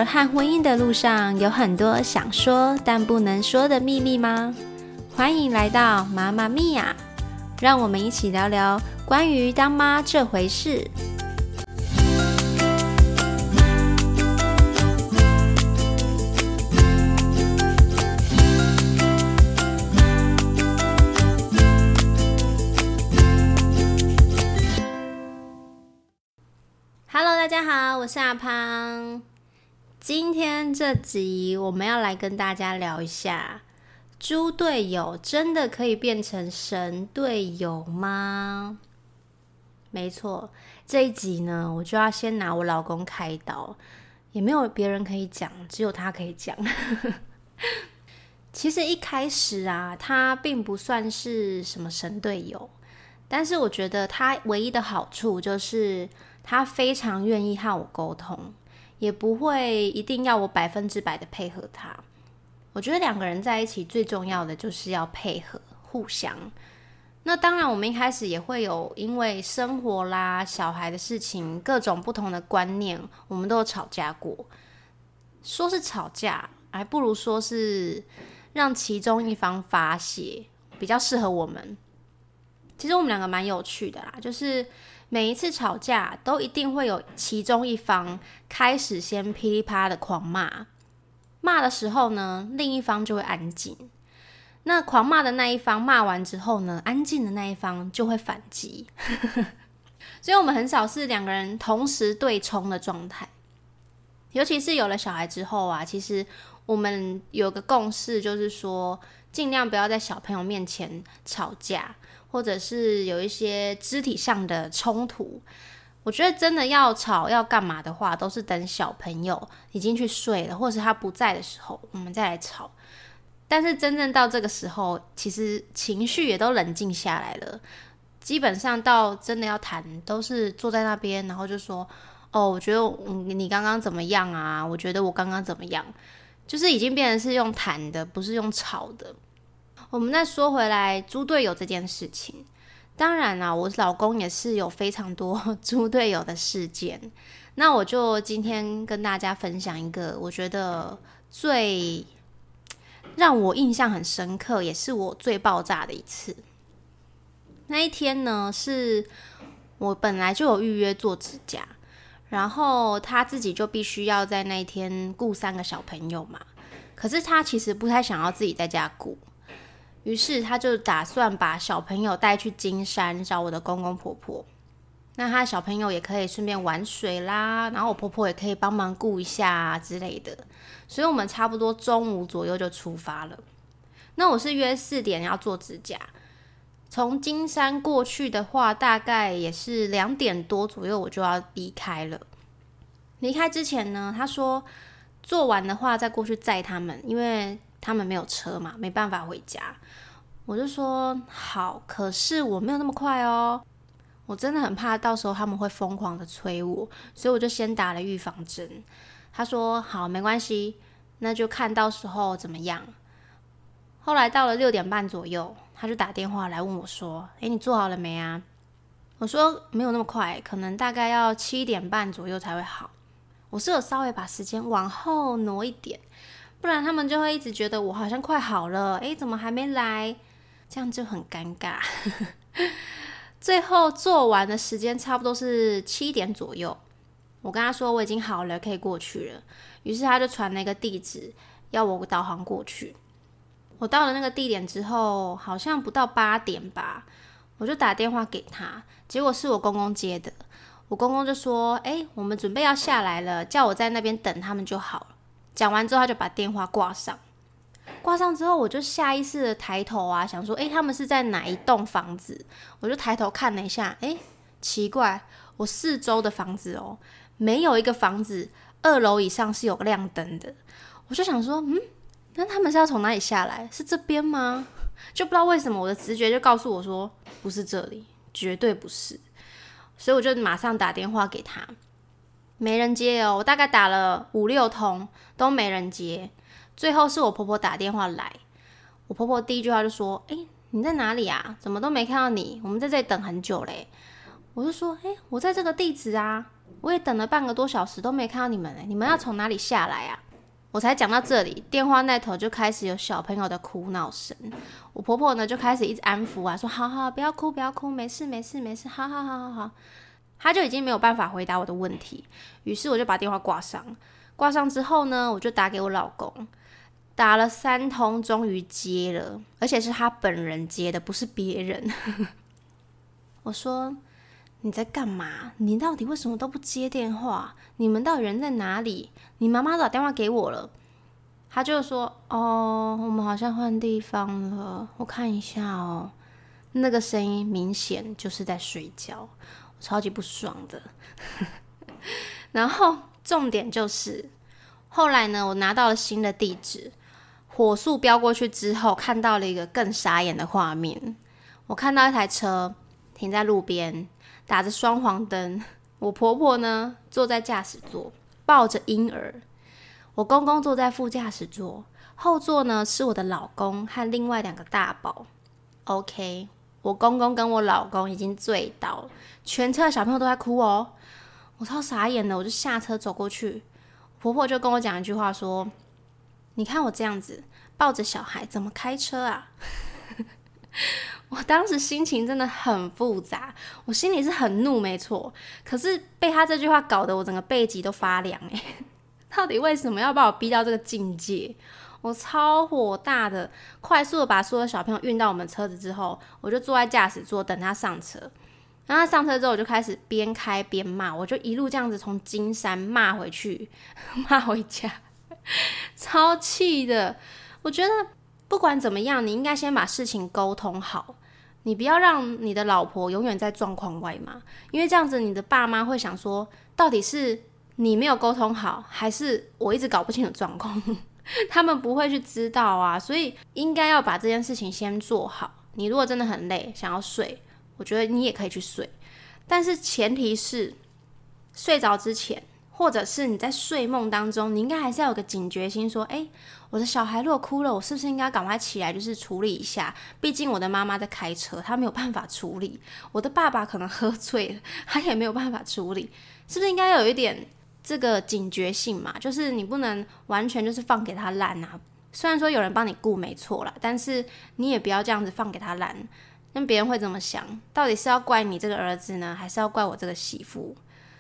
儿和婚姻的路上，有很多想说但不能说的秘密吗？欢迎来到妈妈咪呀，让我们一起聊聊关于当妈这回事。Hello， 大家好，我是阿胖。今天这集我们要来跟大家聊一下，猪队友真的可以变成神队友吗？没错，这一集呢，我就要先拿我老公开刀，也没有别人可以讲，只有他可以讲。其实一开始啊，他并不算是什么神队友，但是我觉得他唯一的好处就是他非常愿意和我沟通，也不会一定要我100%的配合他。我觉得两个人在一起最重要的就是要配合，互相。那当然我们一开始也会有因为生活啦、小孩的事情，各种不同的观念，我们都有吵架过。说是吵架，还不如说是让其中一方发泄，比较适合我们。其实我们两个蛮有趣的啦，就是每一次吵架都一定会有其中一方开始先噼里啪啦的狂骂，骂的时候呢，另一方就会安静。那狂骂的那一方骂完之后呢，安静的那一方就会反击。所以我们很少是两个人同时对冲的状态。尤其是有了小孩之后啊，其实我们有个共识，就是说尽量不要在小朋友面前吵架，或者是有一些肢体上的冲突。我觉得真的要吵要干嘛的话，都是等小朋友已经去睡了，或者是他不在的时候，我们再来吵。但是真正到这个时候，其实情绪也都冷静下来了，基本上到真的要谈，都是坐在那边，然后就说我觉得你刚刚怎么样啊，我觉得我刚刚怎么样，就是已经变成是用谈的，不是用吵的。我们再说回来猪队友这件事情，当然啦，我老公也是有非常多猪队友的事件。那我就今天跟大家分享一个我觉得最让我印象很深刻，也是我最爆炸的一次。那一天呢，是我本来就有预约做指甲，然后他自己就必须要在那一天顾3个小朋友嘛，可是他其实不太想要自己在家顾，于是他就打算把小朋友带去金山找我的公公婆婆。那他小朋友也可以顺便玩水啦，然后我婆婆也可以帮忙顾一下之类的。所以我们差不多中午左右就出发了。那我是约4点要做指甲，从金山过去的话，大概也是2点多左右我就要离开了。离开之前呢，他说做完的话再过去载他们，因为他们没有车嘛，没办法回家。我就说好，可是我没有那么快哦，我真的很怕到时候他们会疯狂的催我，所以我就先打了预防针。他说好，没关系，那就看到时候怎么样。后来到了6点半左右，他就打电话来问我说你做好了没啊？我说没有那么快，可能大概要7点半左右才会好。我是有稍微把时间往后挪一点，不然他们就会一直觉得我好像快好了，怎么还没来？这样就很尴尬。最后做完的时间差不多是7点左右，我跟他说我已经好了，可以过去了。于是他就传了一个地址，要我导航过去。我到了那个地点之后，好像不到8点吧，我就打电话给他，结果是我公公接的。我公公就说我们准备要下来了，叫我在那边等他们就好了。讲完之后他就把电话挂上。挂上之后我就下意识的抬头啊，想说他们是在哪一栋房子。我就抬头看了一下，奇怪，我4周的房子没有一个房子2楼以上是有亮灯的。我就想说那他们是要从哪里下来？是这边吗？就不知道为什么我的直觉就告诉我说不是这里，绝对不是。所以我就马上打电话给他，没人接我大概打了5-6通都没人接。最后是我婆婆打电话来，我婆婆第一句话就说你在哪里啊？怎么都没看到你？我们在这里等很久嘞。我就说我在这个地址啊。 我也等了半个多小时都没看到你们你们要从哪里下来啊？我才讲到这里，电话那头就开始有小朋友的哭闹声。我婆婆呢就开始一直安抚啊，说好好不要哭不要哭，没事没事没事，好好好好好。她就已经没有办法回答我的问题，于是我就把电话挂上。挂上之后呢，我就打给我老公，打了3通，终于接了，而且是他本人接的，不是别人。我说你在干嘛？你到底为什么都不接电话？你们到底人在哪里？你妈妈打电话给我了。他就说我们好像换地方了，我看一下哦。那个声音明显就是在睡觉，我超级不爽的。然后重点就是后来呢，我拿到了新的地址，火速飙过去之后，看到了一个更傻眼的画面。我看到一台车停在路边，打着双黄灯，我婆婆呢坐在驾驶座抱着婴儿，我公公坐在副驾驶座，后座呢是我的老公和另外2个大宝。 OK， 我公公跟我老公已经醉倒，全车的小朋友都在哭哦。我超傻眼的，我就下车走过去，婆婆就跟我讲一句话说，你看我这样子抱着小孩怎么开车啊？我当时心情真的很复杂，我心里是很怒没错，可是被他这句话搞得我整个背脊都发凉到底为什么要把我逼到这个境界？我超火大的，快速的把所有小朋友运到我们车子之后，我就坐在驾驶座等他上车。然后他上车之后，我就开始边开边骂，我就一路这样子从金山骂回去，骂回家，超气的。我觉得不管怎么样，你应该先把事情沟通好，你不要让你的老婆永远在状况外嘛，因为这样子你的爸妈会想说，到底是你没有沟通好，还是我一直搞不清楚状况？他们不会去知道啊，所以应该要把这件事情先做好。你如果真的很累，想要睡，我觉得你也可以去睡，但是前提是睡着之前，或者是你在睡梦当中，你应该还是要有个警觉心，说我的小孩如果哭了，我是不是应该赶快起来就是处理一下？毕竟我的妈妈在开车，她没有办法处理，我的爸爸可能喝醉了，他也没有办法处理，是不是应该有一点这个警觉性嘛？就是你不能完全就是放给他烂啊。虽然说有人帮你顾没错啦，但是你也不要这样子放给他烂，那别人会怎么想？到底是要怪你这个儿子呢，还是要怪我这个媳妇？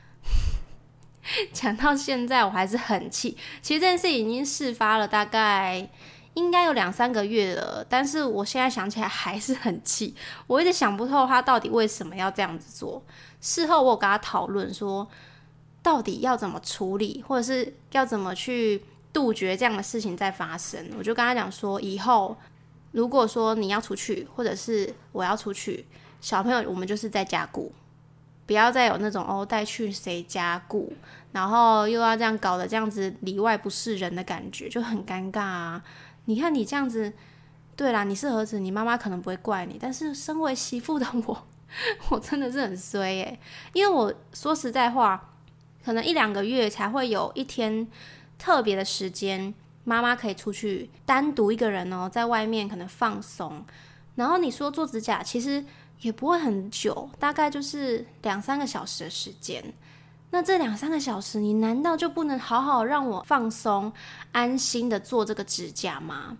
讲到现在我还是很气，其实这件事已经事发了大概应该有2-3个月了，但是我现在想起来还是很气，我一直想不透他到底为什么要这样子做。事后我有跟他讨论说到底要怎么处理，或者是要怎么去杜绝这样的事情再发生。我就跟他讲说，以后如果说你要出去，或者是我要出去，小朋友我们就是在家顾，不要再有那种带去谁家顾，然后又要这样搞得这样子里外不是人的感觉，就很尴尬啊。你看你这样子，对啦，你是儿子，你妈妈可能不会怪你，但是身为媳妇的我真的是很衰因为我说实在话，可能1-2个月才会有一天特别的时间，妈妈可以出去单独一个人在外面可能放松。然后你说做指甲，其实也不会很久，大概就是2-3个小时的时间。那这2-3个小时，你难道就不能好好让我放松、安心的做这个指甲吗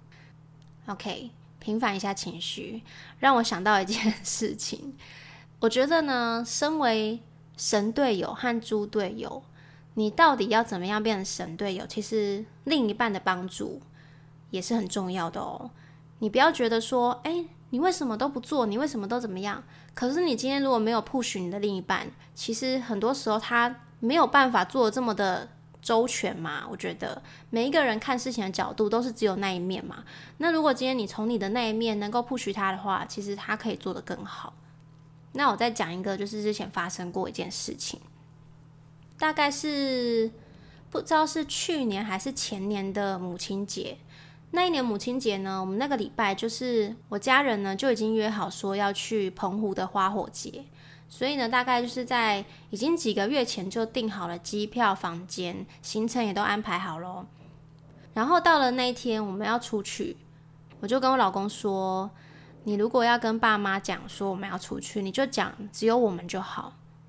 ？OK， 平反一下情绪，让我想到一件事情。我觉得呢，身为神队友和猪队友，你到底要怎么样变成神队友？其实另一半的帮助也是很重要的哦。你不要觉得说，你为什么都不做？你为什么都怎么样？可是你今天如果没有 push 你的另一半，其实很多时候他没有办法做得这么的周全嘛。我觉得每一个人看事情的角度都是只有那一面嘛。那如果今天你从你的那一面能够 push 他的话，其实他可以做得更好。那我再讲一个，就是之前发生过一件事情，大概是不知道是去年还是前年的母亲节。那一年母亲节呢，我们那个礼拜就是我家人呢就已经约好说要去澎湖的花火节，所以呢大概就是在已经几个月前就订好了机票、房间，行程也都安排好咯。然后到了那一天我们要出去，我就跟我老公说，你如果要跟爸妈讲说我们要出去，你就讲只有我们就好，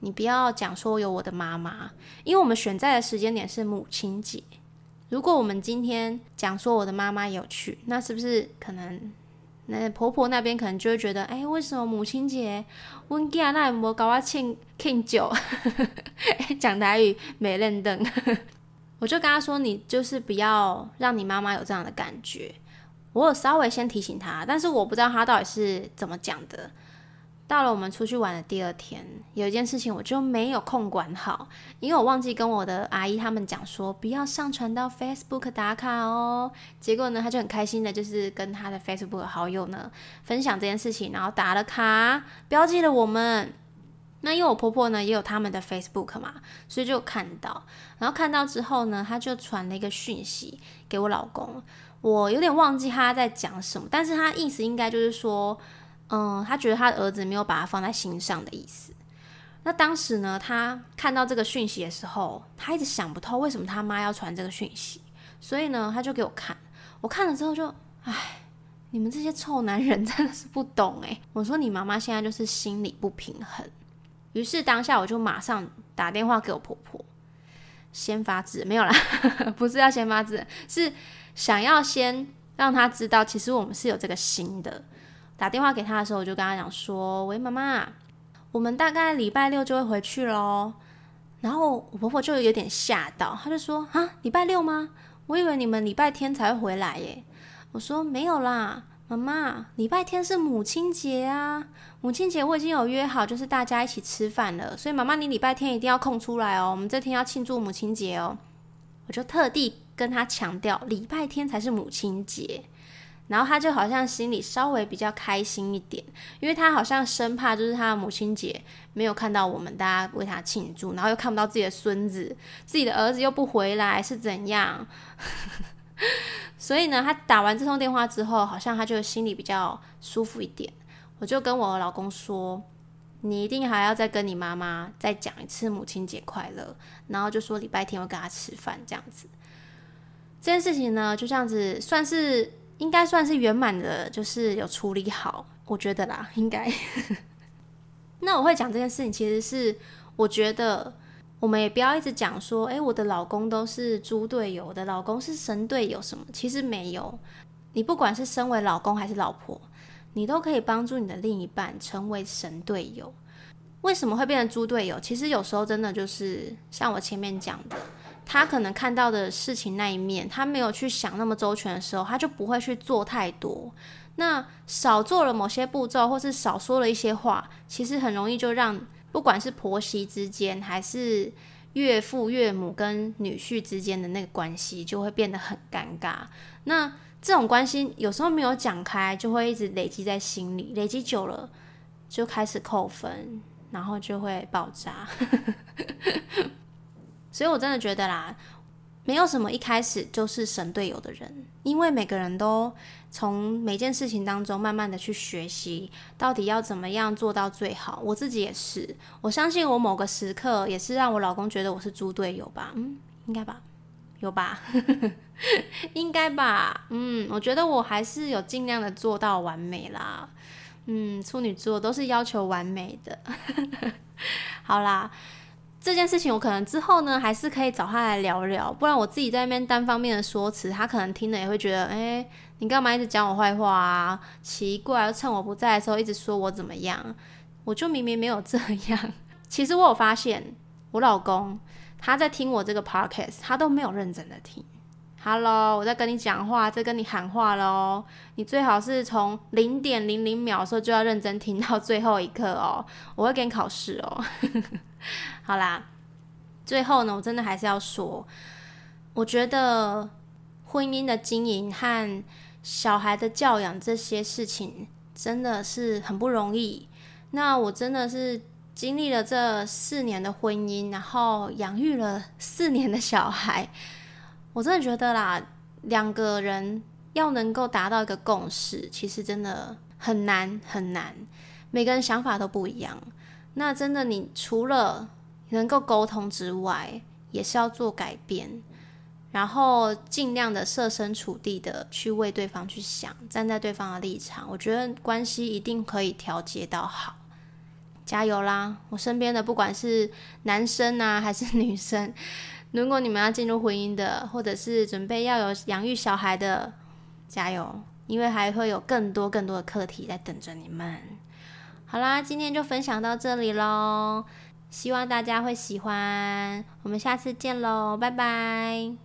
你不要讲说有我的妈妈，因为我们选在的时间点是母亲节。如果我们今天讲说我的妈妈有去，那是不是可能那婆婆那边可能就会觉得，为什么母亲节阮囝那没跟我庆祝？讲台语没认凳。我就跟他说，你就是不要让你妈妈有这样的感觉。我有稍微先提醒他，但是我不知道他到底是怎么讲的。到了我们出去玩的第二天，有一件事情我就没有空管好，因为我忘记跟我的阿姨他们讲说不要上传到 Facebook 打卡哦。结果呢，他就很开心的，就是跟他的 Facebook 好友呢分享这件事情，然后打了卡，标记了我们。那因为我婆婆呢也有他们的 Facebook 嘛，所以就有看到。然后看到之后呢，他就传了一个讯息给我老公，我有点忘记他在讲什么，但是他意思应该就是说，他觉得他的儿子没有把他放在心上的意思。那当时呢，他看到这个讯息的时候，他一直想不透为什么他妈要传这个讯息，所以呢，他就给我看。我看了之后就，你们这些臭男人真的是不懂我说你妈妈现在就是心理不平衡。于是当下我就马上打电话给我婆婆，先发制没有啦，不是要先发制，是想要先让她知道，其实我们是有这个心的。打电话给她的时候，我就跟她讲说：“喂，妈妈，我们大概礼拜六就会回去咯。”然后我婆婆就有点吓到，她就说：“啊，礼拜六吗？我以为你们礼拜天才会回来耶。”我说：“没有啦。妈妈，礼拜天是母亲节啊！母亲节我已经有约好，就是大家一起吃饭了，所以妈妈你礼拜天一定要空出来哦，我们这天要庆祝母亲节哦。”我就特地跟他强调，礼拜天才是母亲节，然后他就好像心里稍微比较开心一点，因为他好像生怕就是他的母亲节没有看到我们大家为他庆祝，然后又看不到自己的孙子，自己的儿子又不回来是怎样？所以呢，他打完这通电话之后，好像他就心里比较舒服一点。我就跟我老公说，你一定还要再跟你妈妈再讲一次母亲节快乐，然后就说礼拜天会跟她吃饭这样子。这件事情呢，就这样子应该算是圆满的，就是有处理好，我觉得啦，应该。那我会讲这件事情，其实是我觉得我们也不要一直讲说，我的老公都是猪队友，我的老公是神队友什么，其实没有。你不管是身为老公还是老婆，你都可以帮助你的另一半成为神队友。为什么会变成猪队友？其实有时候真的就是像我前面讲的，他可能看到的事情那一面，他没有去想那么周全的时候，他就不会去做太多。那少做了某些步骤，或是少说了一些话，其实很容易就让不管是婆媳之间，还是岳父岳母跟女婿之间的那个关系，就会变得很尴尬。那这种关系有时候没有讲开，就会一直累积在心里，累积久了就开始扣分，然后就会爆炸。所以我真的觉得啦，没有什么一开始就是神队友的人，因为每个人都从每件事情当中慢慢的去学习，到底要怎么样做到最好。我自己也是，我相信我某个时刻也是让我老公觉得我是猪队友吧，应该吧，有吧，应该吧，我觉得我还是有尽量的做到完美啦，处女座都是要求完美的。好啦，这件事情我可能之后呢还是可以找他来聊聊，不然我自己在那边单方面的说辞，他可能听了也会觉得，你干嘛一直讲我坏话啊？奇怪，趁我不在的时候一直说我怎么样，我就明明没有这样。其实我有发现，我老公他在听我这个 podcast， 他都没有认真的听。Hello， 我在跟你讲话，在跟你喊话咯，你最好是从0.00秒的时候就要认真听到最后一刻哦，我会给你考试哦。好啦，最后呢，我真的还是要说，我觉得婚姻的经营和小孩的教养这些事情真的是很不容易。那我真的是经历了这4年的婚姻，然后养育了4年的小孩，我真的觉得啦，2个人要能够达到一个共识，其实真的很难很难，每个人想法都不一样。那真的你除了能够沟通之外，也是要做改变，然后尽量的设身处地的去为对方去想，站在对方的立场，我觉得关系一定可以调节到好。 加油啦！我身边的不管是男生啊还是女生，如果你们要进入婚姻的，或者是准备要有养育小孩的，加油！因为还会有更多的课题在等着你们。好啦，今天就分享到这里咯，希望大家会喜欢，我们下次见咯，拜拜。